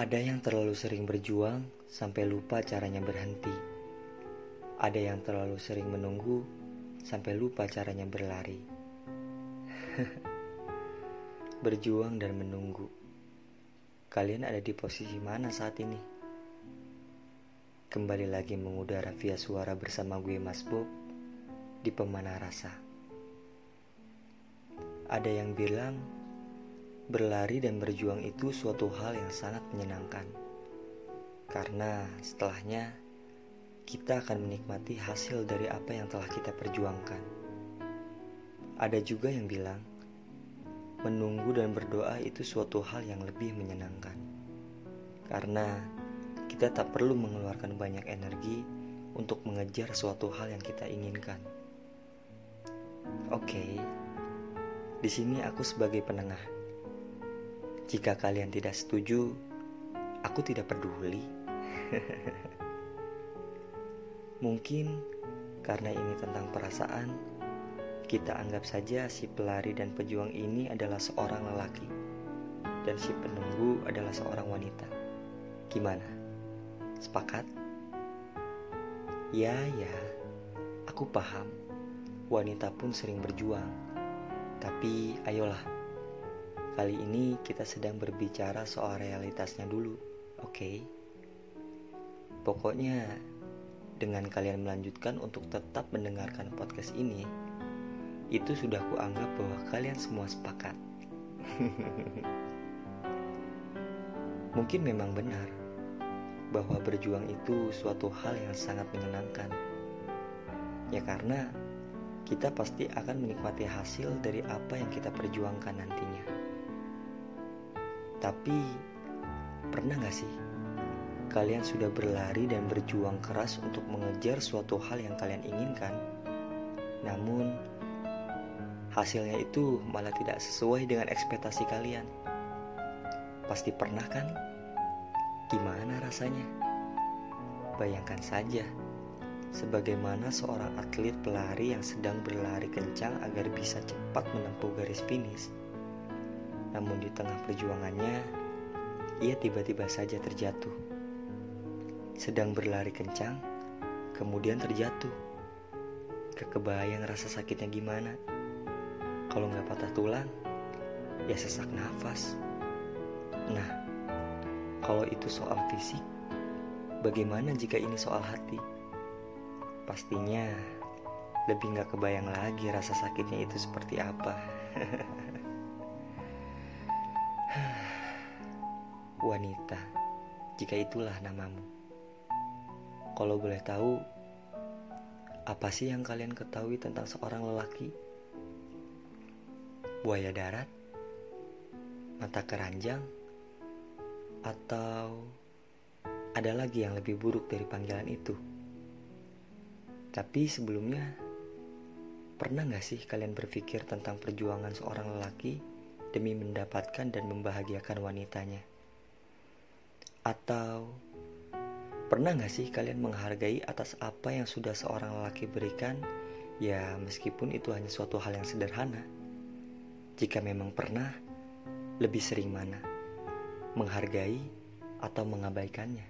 Ada yang terlalu sering berjuang sampai lupa caranya berhenti. Ada yang terlalu sering menunggu sampai lupa caranya berlari. Berjuang dan menunggu. Kalian ada di posisi mana saat ini? Kembali lagi mengudara via suara bersama gue Mas Bob di Pemanah Rasa. Ada yang bilang berlari dan berjuang itu suatu hal yang sangat menyenangkan, karena setelahnya kita akan menikmati hasil dari apa yang telah kita perjuangkan. Ada juga yang bilang menunggu dan berdoa itu suatu hal yang lebih menyenangkan, karena kita tak perlu mengeluarkan banyak energi untuk mengejar suatu hal yang kita inginkan. Oke, di sini aku sebagai penengah. Jika kalian tidak setuju, aku tidak peduli. Mungkin karena ini tentang perasaan, kita anggap saja si pelari dan pejuang ini adalah seorang lelaki, dan si penunggu adalah seorang wanita. Gimana? Sepakat? Ya, aku paham. Wanita pun sering berjuang. Tapi ayolah, kali ini kita sedang berbicara soal realitasnya dulu, oke? Pokoknya, dengan kalian melanjutkan untuk tetap mendengarkan podcast ini, itu sudah kuanggap bahwa kalian semua sepakat. Mungkin memang benar bahwa berjuang itu suatu hal yang sangat menyenangkan. Ya karena kita pasti akan menikmati hasil dari apa yang kita perjuangkan nantinya. Tapi, pernah gak sih kalian sudah berlari dan berjuang keras untuk mengejar suatu hal yang kalian inginkan, namun hasilnya itu malah tidak sesuai dengan ekspektasi kalian? Pasti pernah kan? Gimana rasanya? Bayangkan saja, sebagaimana seorang atlet pelari yang sedang berlari kencang agar bisa cepat menempuh garis finish. Namun di tengah perjuangannya, ia tiba-tiba saja terjatuh. Sedang berlari kencang, kemudian terjatuh. Kebayang rasa sakitnya gimana? Kalau nggak patah tulang, ya sesak nafas. Nah, kalau itu soal fisik, bagaimana jika ini soal hati? Pastinya lebih nggak kebayang lagi rasa sakitnya itu seperti apa. Wanita, jika itulah namamu. Kalau boleh tahu, apa sih yang kalian ketahui tentang seorang lelaki? Buaya darat? Mata keranjang? Atau ada lagi yang lebih buruk dari panggilan itu? Tapi sebelumnya, pernah gak sih kalian berpikir tentang perjuangan seorang lelaki demi mendapatkan dan membahagiakan wanitanya? Atau pernah gak sih kalian menghargai atas apa yang sudah seorang lelaki berikan, ya meskipun itu hanya suatu hal yang sederhana? Jika memang pernah, lebih sering mana? Menghargai atau mengabaikannya?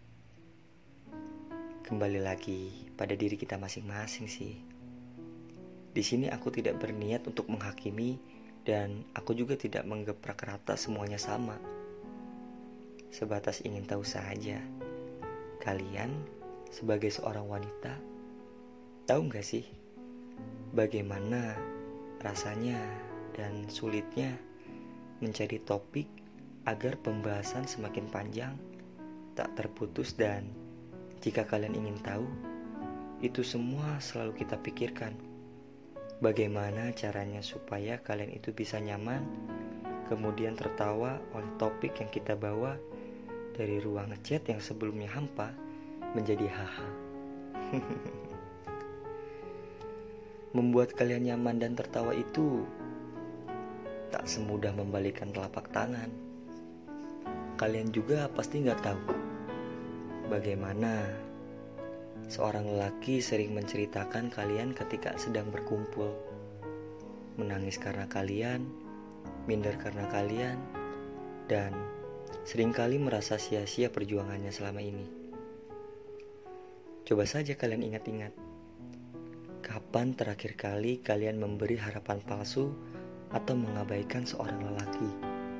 Kembali lagi pada diri kita masing-masing sih. Di sini aku tidak berniat untuk menghakimi, dan aku juga tidak menggeprak rata semuanya sama. Sebatas ingin tahu saja, kalian sebagai seorang wanita, tahu gak sih bagaimana rasanya dan sulitnya mencari topik agar pembahasan semakin panjang, tak terputus, dan jika kalian ingin tahu, itu semua selalu kita pikirkan. Bagaimana caranya supaya kalian itu bisa nyaman, kemudian tertawa oleh topik yang kita bawa dari ruang ngechat yang sebelumnya hampa menjadi haha. Membuat kalian nyaman dan tertawa itu tak semudah membalikkan telapak tangan. Kalian juga pasti gak tahu bagaimana seorang lelaki sering menceritakan kalian ketika sedang berkumpul, menangis karena kalian, minder karena kalian, dan seringkali merasa sia-sia perjuangannya selama ini. Coba saja kalian ingat-ingat, kapan terakhir kali kalian memberi harapan palsu atau mengabaikan seorang lelaki?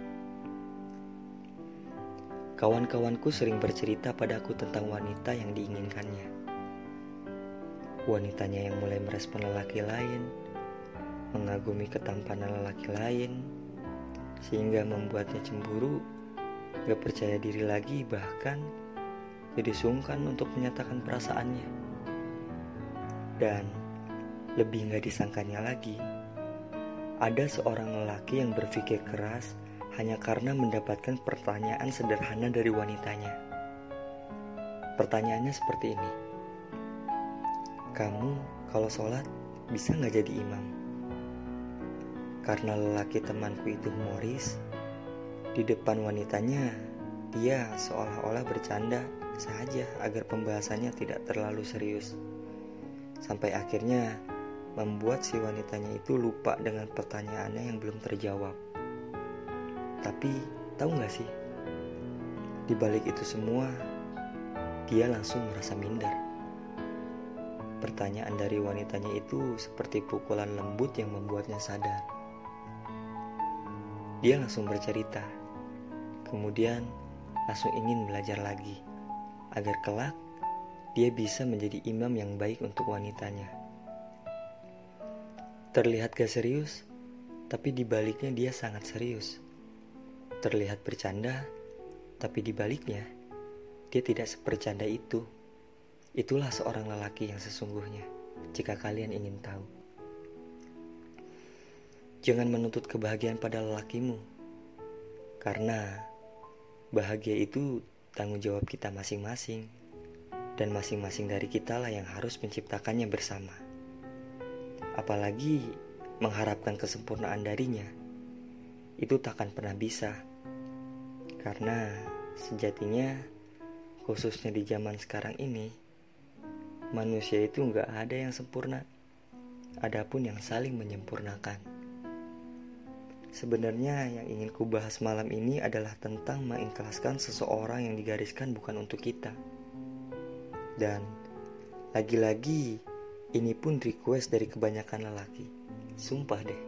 Kawan-kawanku sering bercerita padaku tentang wanita yang diinginkannya. Wanitanya yang mulai merespon lelaki lain, mengagumi ketampanan lelaki lain, sehingga membuatnya cemburu, gak percaya diri lagi, bahkan jadi sungkan untuk menyatakan perasaannya. Dan lebih gak disangkanya lagi, ada seorang lelaki yang berpikir keras hanya karena mendapatkan pertanyaan sederhana dari wanitanya. Pertanyaannya seperti ini, kamu kalau sholat bisa gak jadi imam? Karena lelaki temanku itu humoris, di depan wanitanya dia seolah-olah bercanda saja agar pembahasannya tidak terlalu serius. Sampai akhirnya membuat si wanitanya itu lupa dengan pertanyaannya yang belum terjawab. Tapi tahu gak sih, di balik itu semua dia langsung merasa minder. Pertanyaan dari wanitanya itu seperti pukulan lembut yang membuatnya sadar. Dia langsung bercerita, kemudian langsung ingin belajar lagi, agar kelak dia bisa menjadi imam yang baik untuk wanitanya. Terlihat gak serius, tapi di baliknya dia sangat serius. Terlihat bercanda, tapi di baliknya dia tidak sebercanda itu. Itulah seorang lelaki yang sesungguhnya, jika kalian ingin tahu. Jangan menuntut kebahagiaan pada lelakimu, karena bahagia itu tanggung jawab kita masing-masing, dan masing-masing dari kita lah yang harus menciptakannya bersama. Apalagi mengharapkan kesempurnaan darinya, itu takkan pernah bisa. Karena sejatinya, khususnya di zaman sekarang ini, manusia itu gak ada yang sempurna, adapun yang saling menyempurnakan. Sebenarnya yang ingin kubahas malam ini adalah tentang mengikhlaskan seseorang yang digariskan bukan untuk kita. Dan lagi-lagi ini pun request dari kebanyakan lelaki. Sumpah deh.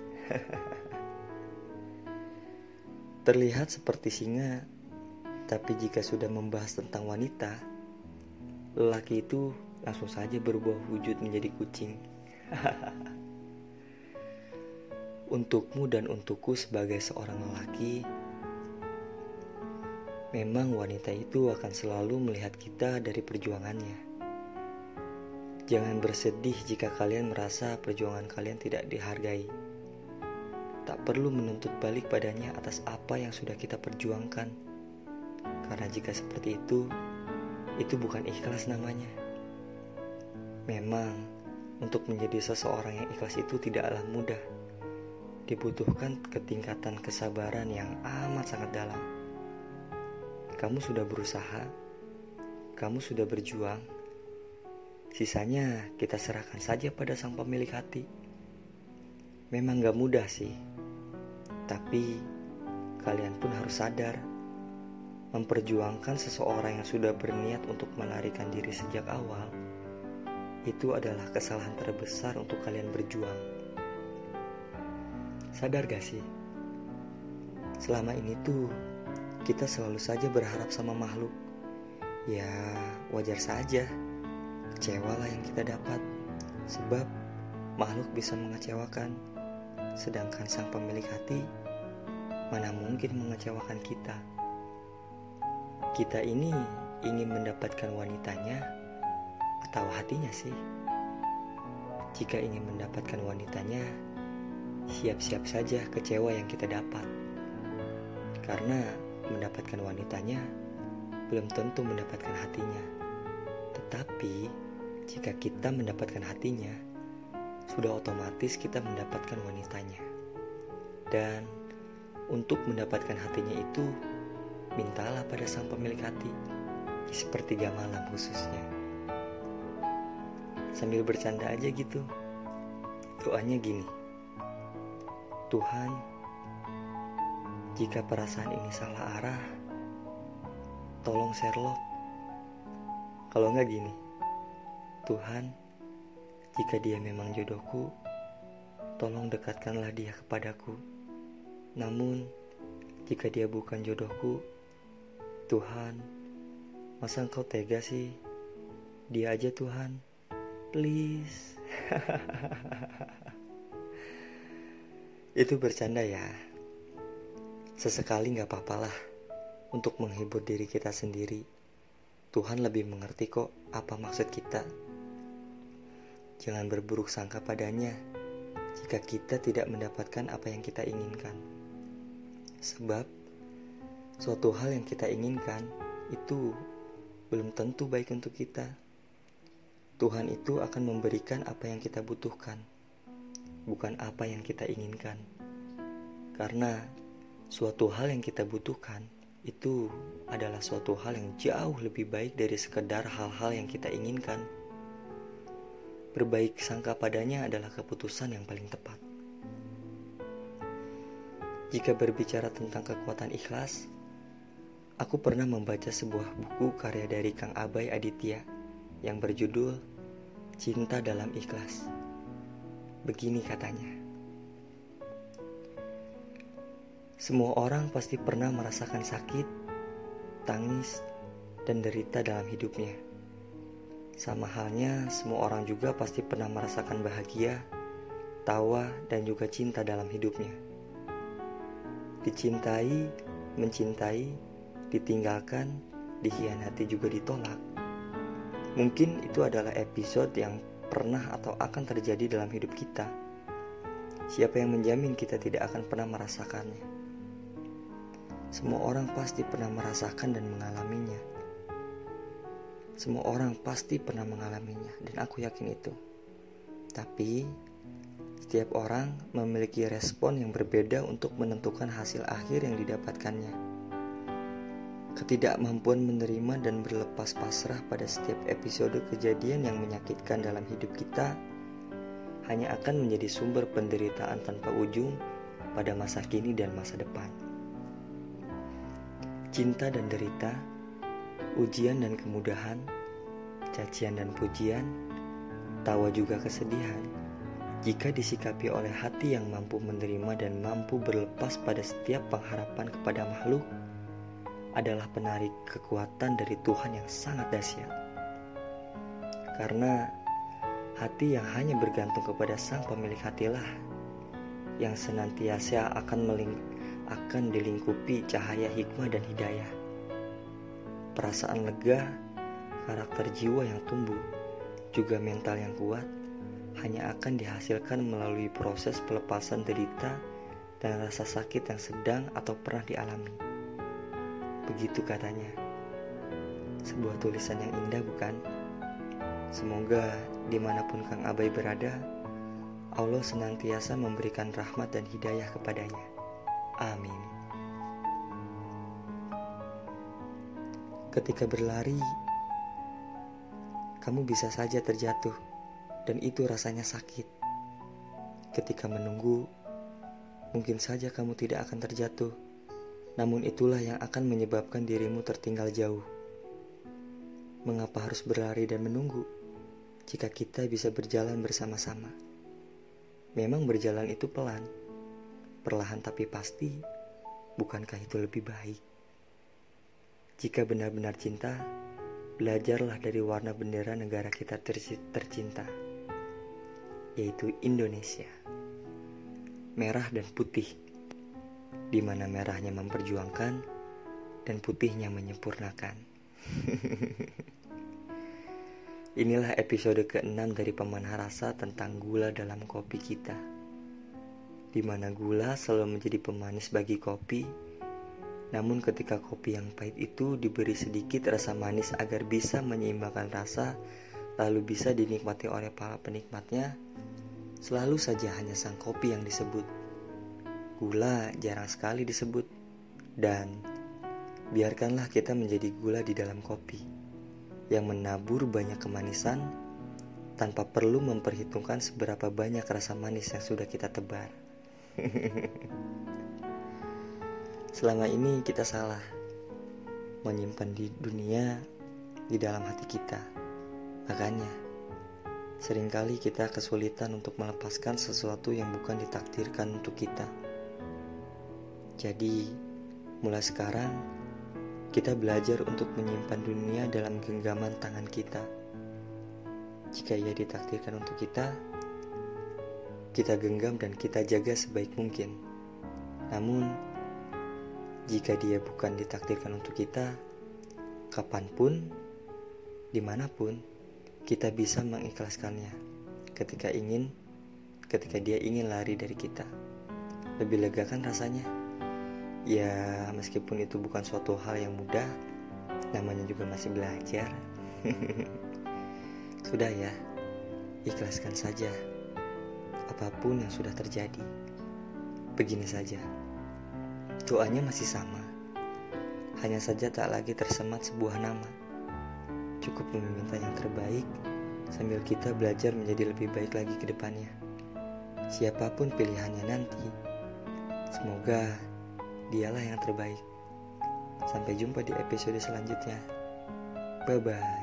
Terlihat seperti singa, tapi jika sudah membahas tentang wanita, lelaki itu langsung saja berubah wujud menjadi kucing. Untukmu dan untukku sebagai seorang lelaki, memang wanita itu akan selalu melihat kita dari perjuangannya. Jangan bersedih jika kalian merasa perjuangan kalian tidak dihargai. Tak perlu menuntut balik padanya atas apa yang sudah kita perjuangkan. Karena jika seperti itu bukan ikhlas namanya. Memang, untuk menjadi seseorang yang ikhlas itu tidaklah mudah. Dibutuhkan ketingkatan kesabaran yang amat sangat dalam. Kamu sudah berusaha, kamu sudah berjuang. Sisanya kita serahkan saja pada sang pemilik hati. Memang gak mudah sih, tapi kalian pun harus sadar, memperjuangkan seseorang yang sudah berniat untuk melarikan diri sejak awal, itu adalah kesalahan terbesar untuk kalian berjuang. Sadar gak sih? Selama ini tuh kita selalu saja berharap sama makhluk. Ya wajar saja, kecewalah yang kita dapat. Sebab makhluk bisa mengecewakan, sedangkan sang pemilik hati mana mungkin mengecewakan kita. Kita ini ingin mendapatkan wanitanya atau hatinya sih? Jika ingin mendapatkan wanitanya, siap-siap saja kecewa yang kita dapat. Karena mendapatkan wanitanya belum tentu mendapatkan hatinya. Tetapi jika kita mendapatkan hatinya, sudah otomatis kita mendapatkan wanitanya. Dan untuk mendapatkan hatinya itu, mintalah pada sang pemilik hati, di sepertiga malam khususnya. Sambil bercanda aja gitu, doanya gini, Tuhan, jika perasaan ini salah arah, tolong Sherlock. Kalau enggak gini, Tuhan, jika dia memang jodohku, tolong dekatkanlah dia kepadaku. Namun, jika dia bukan jodohku, Tuhan, masa engkau tega sih? Dia aja Tuhan, please. Itu bercanda ya. Sesekali gak apa-apalah untuk menghibur diri kita sendiri. Tuhan lebih mengerti kok apa maksud kita. Jangan berburuk sangka padanya jika kita tidak mendapatkan apa yang kita inginkan. Sebab suatu hal yang kita inginkan itu belum tentu baik untuk kita. Tuhan itu akan memberikan apa yang kita butuhkan, bukan apa yang kita inginkan. Karena suatu hal yang kita butuhkan itu adalah suatu hal yang jauh lebih baik dari sekedar hal-hal yang kita inginkan. Berbaik sangka padanya adalah keputusan yang paling tepat. Jika berbicara tentang kekuatan ikhlas, aku pernah membaca sebuah buku karya dari Kang Abai Aditya yang berjudul Cinta dalam Ikhlas. Begini katanya, semua orang pasti pernah merasakan sakit, tangis, dan derita dalam hidupnya. Sama halnya, semua orang juga pasti pernah merasakan bahagia, tawa, dan juga cinta dalam hidupnya. Dicintai, mencintai, ditinggalkan, dikhianati juga ditolak. Mungkin itu adalah episode yang pernah atau akan terjadi dalam hidup kita. Siapa yang menjamin kita tidak akan pernah merasakannya? Semua orang pasti pernah merasakan dan mengalaminya. Semua orang pasti pernah mengalaminya, dan aku yakin itu. Tapi, setiap orang memiliki respon yang berbeda untuk menentukan hasil akhir yang didapatkannya. Ketidakmampuan menerima dan berlepas pasrah pada setiap episode kejadian yang menyakitkan dalam hidup kita hanya akan menjadi sumber penderitaan tanpa ujung pada masa kini dan masa depan. Cinta dan derita, ujian dan kemudahan, cacian dan pujian, tawa juga kesedihan, jika disikapi oleh hati yang mampu menerima dan mampu berlepas pada setiap pengharapan kepada makhluk, adalah penarik kekuatan dari Tuhan yang sangat dahsyat. Karena hati yang hanya bergantung kepada Sang Pemilik hatilah yang senantiasa akan dilingkupi cahaya hikmah dan hidayah. Perasaan lega, karakter jiwa yang tumbuh, juga mental yang kuat hanya akan dihasilkan melalui proses pelepasan derita dan rasa sakit yang sedang atau pernah dialami. Begitu katanya. Sebuah tulisan yang indah, bukan? Semoga dimanapun Kang Abai berada, Allah senantiasa memberikan rahmat dan hidayah kepadanya. Amin. Ketika berlari, kamu bisa saja terjatuh, dan itu rasanya sakit. Ketika menunggu, mungkin saja kamu tidak akan terjatuh, namun itulah yang akan menyebabkan dirimu tertinggal jauh. Mengapa harus berlari dan menunggu, jika kita bisa berjalan bersama-sama? Memang berjalan itu pelan, perlahan tapi pasti, bukankah itu lebih baik? Jika benar-benar cinta, belajarlah dari warna bendera negara kita tercinta, yaitu Indonesia. Merah dan putih, di mana merahnya memperjuangkan dan putihnya menyempurnakan. Inilah episode ke-6 dari Pemanah Rasa tentang gula dalam kopi kita, di mana gula selalu menjadi pemanis bagi kopi. Namun ketika kopi yang pahit itu diberi sedikit rasa manis agar bisa menyeimbangkan rasa, lalu bisa dinikmati oleh para penikmatnya, selalu saja hanya sang kopi yang disebut. Gula jarang sekali disebut. Dan biarkanlah kita menjadi gula di dalam kopi, yang menabur banyak kemanisan tanpa perlu memperhitungkan seberapa banyak rasa manis yang sudah kita tebar. Selama ini kita salah. menyimpan di dunia di dalam hati kita. Makanya, seringkali kita kesulitan untuk melepaskan sesuatu yang bukan ditakdirkan untuk kita. Jadi, mulai sekarang, kita belajar untuk menyimpan dunia dalam genggaman tangan kita. Jika ia ditakdirkan untuk kita genggam dan kita jaga sebaik mungkin. Namun, jika dia bukan ditakdirkan untuk kita, kapanpun, dimanapun, kita bisa mengikhlaskannya ketika dia ingin lari dari kita. Lebih lega kan rasanya? Ya, meskipun itu bukan suatu hal yang mudah, namanya juga masih belajar. Sudah ya, ikhlaskan saja apapun yang sudah terjadi. Begini saja, doanya masih sama, hanya saja tak lagi tersemat sebuah nama. Cukup meminta yang terbaik sambil kita belajar menjadi lebih baik lagi ke depannya. Siapapun pilihannya nanti, semoga dialah yang terbaik. Sampai jumpa di episode selanjutnya. Bye-bye.